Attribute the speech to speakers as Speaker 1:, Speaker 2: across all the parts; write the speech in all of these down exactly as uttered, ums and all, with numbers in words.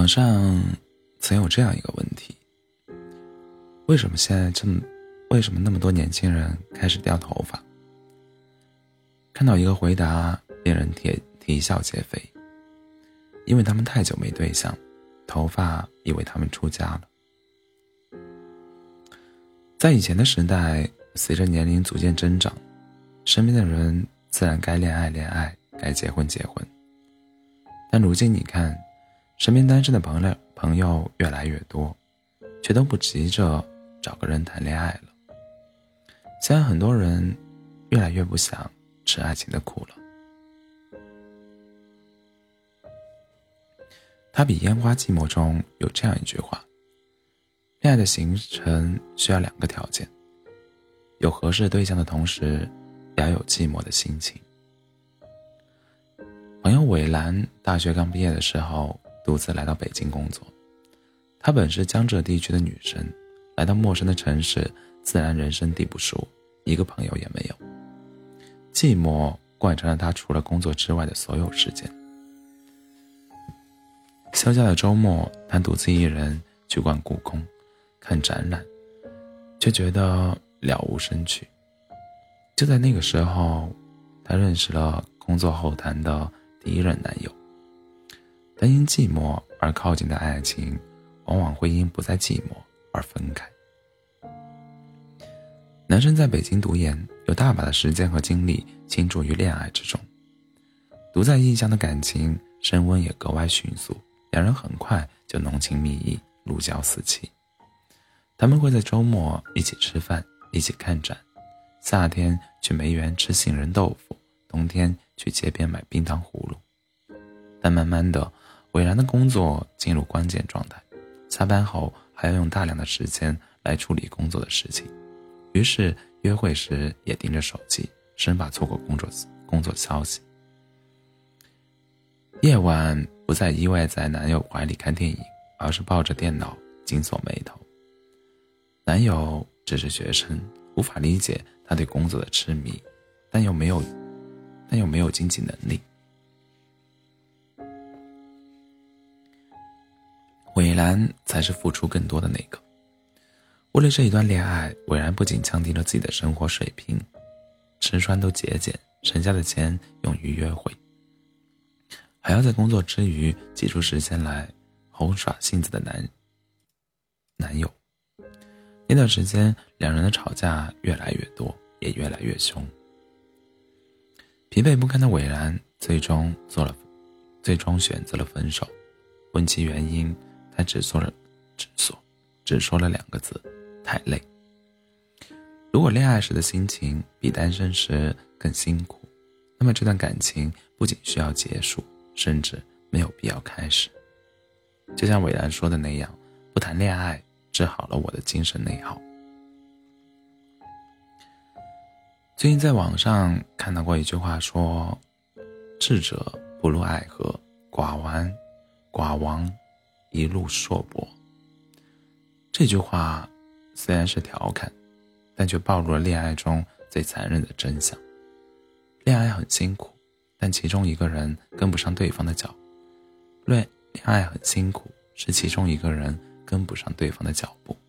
Speaker 1: 网上曾有这样一个问题：为什么现在这么，为什么那么多年轻人开始掉头发？看到一个回答，令人啼啼笑皆非。因为他们太久没对象，头发以为他们出家了。在以前的时代，随着年龄逐渐增长，身边的人自然该恋爱恋爱，该结婚结婚。但如今你看，身边单身的朋友朋友越来越多，却都不急着找个人谈恋爱了。现在很多人越来越不想吃爱情的苦了。他比烟花寂寞中有这样一句话：恋爱的形成需要两个条件，有合适对象的同时，也要有寂寞的心情。朋友韦兰大学刚毕业的时候，独自来到北京工作。她本是江浙地区的女生，来到陌生的城市，自然人生地不熟，一个朋友也没有。寂寞贯穿了她除了工作之外的所有时间。休假的周末，她独自一人去逛故宫，看展览，却觉得了无生趣。就在那个时候，她认识了工作后谈的第一任男友。但因寂寞而靠近的爱情，往往会因不再寂寞而分开。男生在北京读研，有大把的时间和精力倾注于恋爱之中。独在异乡的感情升温也格外迅速，两人很快就浓情蜜意，如胶似漆。他们会在周末一起吃饭，一起看展，夏天去梅园吃杏仁豆腐，冬天去街边买冰糖葫芦。但慢慢的，韦然的工作进入关键状态，下班后还要用大量的时间来处理工作的事情，于是约会时也盯着手机，生怕错过工作工作消息。夜晚不再依偎在男友怀里看电影，而是抱着电脑紧锁眉头。男友只是学生，无法理解他对工作的痴迷，但又没有但又没有经济能力。韦兰才是付出更多的那个。为了这一段恋爱，韦然不仅降低了自己的生活水平，吃穿都节俭，省下的钱用于约会，还要在工作之余挤出时间来哄耍性子的男男友。那段时间，两人的吵架越来越多，也越来越凶。疲惫不堪的韦然最终做了最终选择了分手。问其原因，他只说了只说只说了两个字：太累。如果恋爱时的心情比单身时更辛苦，那么这段感情不仅需要结束，甚至没有必要开始。就像韦然说的那样，不谈恋爱治好了我的精神内耗。最近在网上看到过一句话说：智者不入爱河，寡王寡王一路硕博。这句话虽然是调侃，但却暴露了恋爱中最残忍的真相。恋爱很辛苦，但其中一个人跟不上对方的脚恋恋爱很辛苦，是其中一个人跟不上对方的脚步。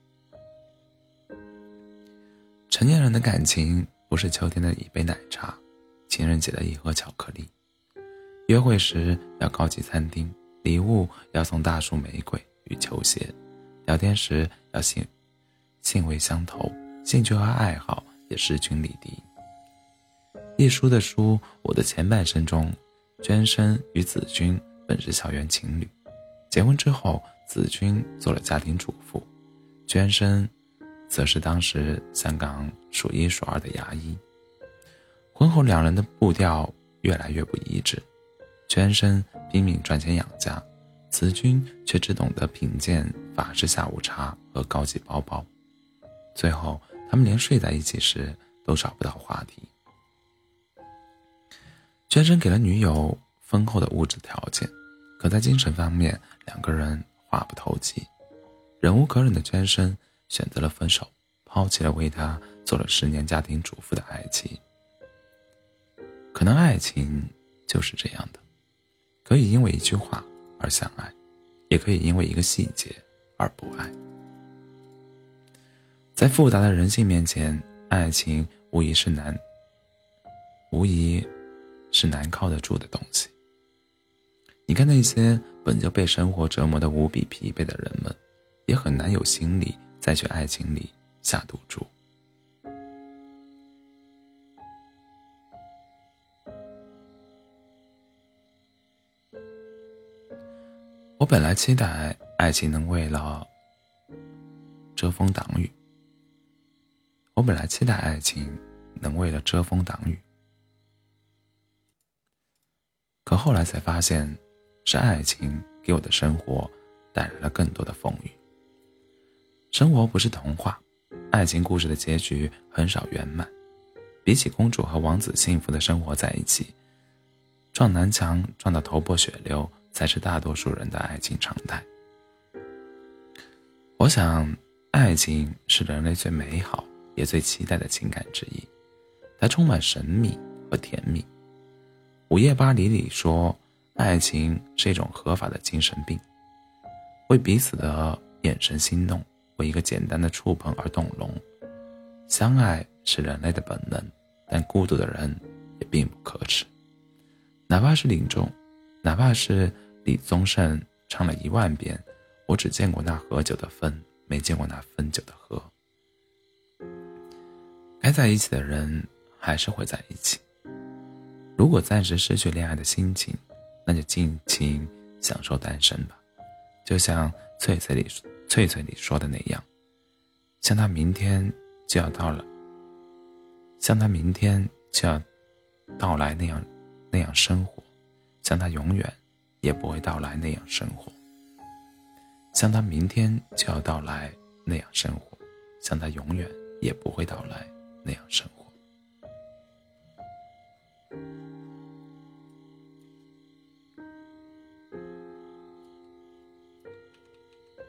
Speaker 1: 成年人的感情不是秋天的一杯奶茶，情人节的一盒巧克力。约会时要高级餐厅，礼物要送大束玫瑰与球鞋，聊天时要性性味相投，兴趣和爱好也势均力敌。一书的书《我的前半生》中，娟生与子君本是校园情侣，结婚之后，子君做了家庭主妇，娟生则是当时香港数一数二的牙医。婚后两人的步调越来越不一致，娟生拼命赚钱养家，子君却只懂得品鉴法式下午茶和高级包包。最后他们连睡在一起时都找不到话题。娟生给了女友丰厚的物质条件，可在精神方面两个人话不投机。忍无可忍的娟生选择了分手，抛弃了为他做了十年家庭主妇的爱妻。可能爱情就是这样的，可以因为一句话而相爱， 也可以因为一个细节而不爱。在复杂的人性面前，爱情无疑是难无疑是难靠得住的东西。你看那些本就被生活折磨得无比疲惫的人们，也很难有心理再去爱情里下赌注。我本来期待爱情能为了遮风挡雨，我本来期待爱情能为了遮风挡雨，可后来才发现，是爱情给我的生活带来了更多的风雨。生活不是童话，爱情故事的结局很少圆满。比起公主和王子幸福的生活在一起，撞南墙撞到头破血流才是大多数人的爱情常态。我想，爱情是人类最美好也最期待的情感之一，它充满神秘和甜蜜。午夜巴黎里说，爱情是一种合法的精神病，为彼此的眼神心动，为一个简单的触碰而动容。相爱是人类的本能，但孤独的人也并不可耻。哪怕是李宗，哪怕是李宗盛唱了一万遍“我只见过那喝酒的分，没见过那分酒的喝”，该在一起的人还是会在一起。如果暂时失去恋爱的心情，那就尽情享受单身吧。就像翠翠里翠翠里说的那样，像他明天就要到了，像他明天就要到来那样那样生活，像他永远也不会到来那样生活。像他明天就要到来那样生活，像他永远也不会到来那样生活。